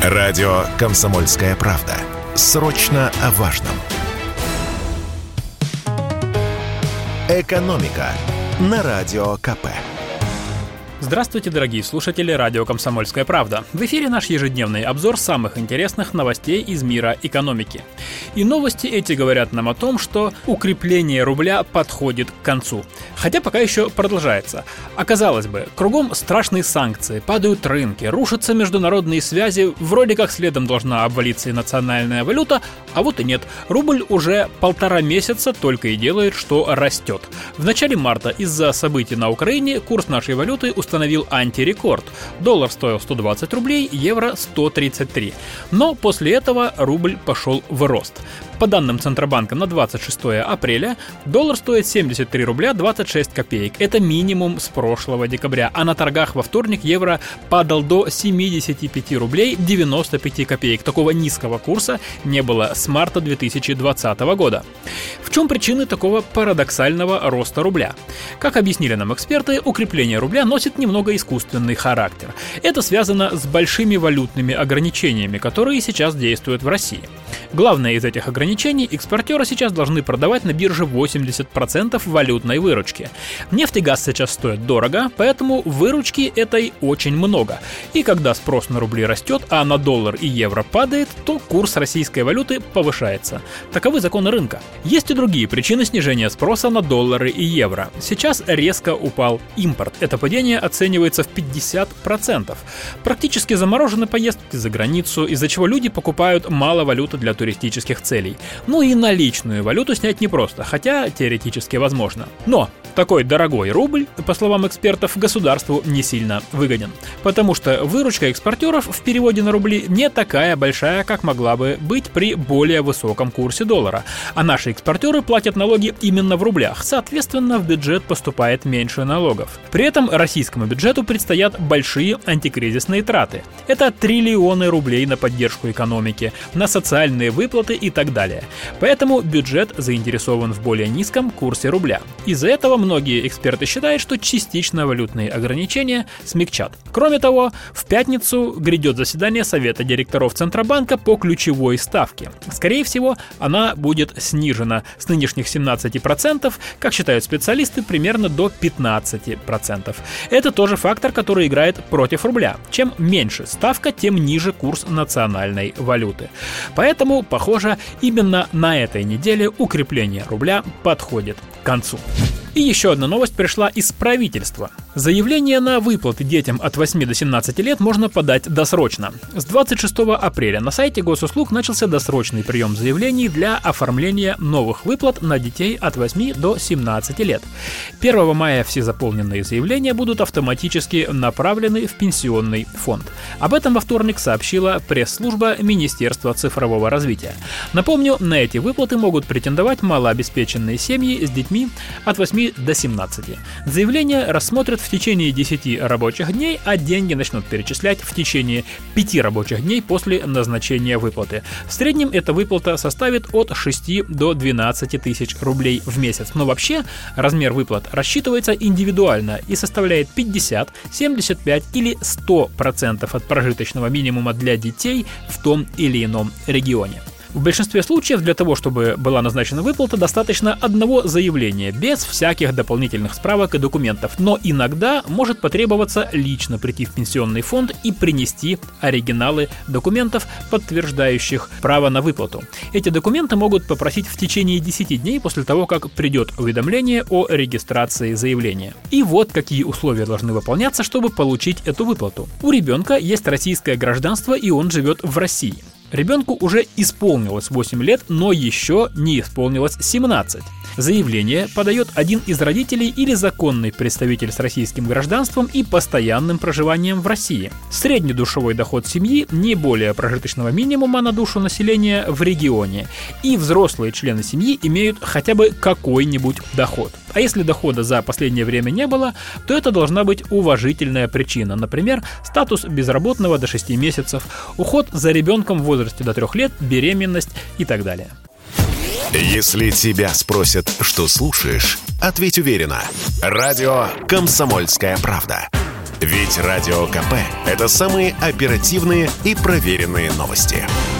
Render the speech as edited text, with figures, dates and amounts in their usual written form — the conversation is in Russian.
Радио «Комсомольская правда». Срочно о важном. «Экономика» на Радио КП. Здравствуйте, дорогие слушатели радио «Комсомольская правда». В эфире наш ежедневный обзор самых интересных новостей из мира экономики. И новости эти говорят нам о том, что укрепление рубля подходит к концу. Хотя пока еще продолжается. Оказалось бы, кругом страшные санкции, падают рынки, рушатся международные связи, вроде как следом должна обвалиться и национальная валюта, а вот и нет. Рубль уже 1,5 месяца только и делает, что растет. В начале марта из-за событий на Украине курс нашей валюты установил антирекорд. Доллар стоил 120 рублей, евро 133. Но после этого рубль пошел в рост. По данным Центробанка на 26 апреля доллар стоит 73 рубля 26 копеек. Это минимум с прошлого декабря. А на торгах во вторник евро падал до 75 рублей 95 копеек. Такого низкого курса не было с марта 2020 года. В чем причины такого парадоксального роста рубля? Как объяснили нам эксперты, укрепление рубля носит немного искусственный характер. Это связано с большими валютными ограничениями, которые сейчас действуют в России. Главное из этих ограничений – экспортеры сейчас должны продавать на бирже 80% валютной выручки. Нефть и газ сейчас стоят дорого, поэтому выручки этой очень много. И когда спрос на рубли растет, а на доллар и евро падает, то курс российской валюты повышается. Таковы законы рынка. Есть и другие причины снижения спроса на доллары и евро. Сейчас резко упал импорт. Это падение оценивается в 50%. Практически заморожены поездки за границу, из-за чего люди покупают мало валюты для туристических целей. Ну и наличную валюту снять непросто, хотя теоретически возможно. Но такой дорогой рубль, по словам экспертов, государству не сильно выгоден. Потому что выручка экспортеров в переводе на рубли не такая большая, как могла бы быть при более высоком курсе доллара. А наши экспортеры платят налоги именно в рублях, соответственно, в бюджет поступает меньше налогов. При этом российскому бюджету предстоят большие антикризисные траты. Это триллионы рублей на поддержку экономики, на социальные выплаты и так далее. Поэтому бюджет заинтересован в более низком курсе рубля. Из-за этого многие эксперты считают, что частично валютные ограничения смягчат. Кроме того, в пятницу грядет заседание Совета директоров Центробанка по ключевой ставке. Скорее всего, она будет снижена с нынешних 17%, как считают специалисты, примерно до 15%. Это тоже фактор, который играет против рубля. Чем меньше ставка, тем ниже курс национальной валюты. Поэтому, похоже, именно на этой неделе укрепление рубля подходит к концу. И еще одна новость пришла из правительства. Заявление на выплаты детям от 8 до 17 лет можно подать досрочно. С 26 апреля на сайте госуслуг начался досрочный прием заявлений для оформления новых выплат на детей от 8 до 17 лет. 1 мая все заполненные заявления будут автоматически направлены в пенсионный фонд. Об этом во вторник сообщила пресс-служба Министерства цифрового развития. Напомню, на эти выплаты могут претендовать малообеспеченные семьи с детьми от 8 до 17. Заявление рассмотрят в течение 10 рабочих дней, а деньги начнут перечислять в течение 5 рабочих дней после назначения выплаты. В среднем эта выплата составит от 6 до 12 тысяч рублей в месяц. Но вообще размер выплат рассчитывается индивидуально и составляет 50, 75 или 100% от прожиточного минимума для детей в том или ином регионе. В большинстве случаев для того, чтобы была назначена выплата, достаточно одного заявления, без всяких дополнительных справок и документов. Но иногда может потребоваться лично прийти в пенсионный фонд и принести оригиналы документов, подтверждающих право на выплату. Эти документы могут попросить в течение 10 дней после того, как придет уведомление о регистрации заявления. И вот какие условия должны выполняться, чтобы получить эту выплату. У ребенка есть российское гражданство, и он живет в России. Ребенку уже исполнилось 8 лет, но еще не исполнилось 17. Заявление подает один из родителей или законный представитель с российским гражданством и постоянным проживанием в России. Средний душевой доход семьи не более прожиточного минимума на душу населения в регионе. И взрослые члены семьи имеют хотя бы какой-нибудь доход. А если дохода за последнее время не было, то это должна быть уважительная причина. Например, статус безработного до 6 месяцев, уход за ребенком в возрасте до 3 лет, беременность и так далее. Если тебя спросят, что слушаешь, ответь уверенно. Радио «Комсомольская правда». Ведь Радио КП – это самые оперативные и проверенные новости.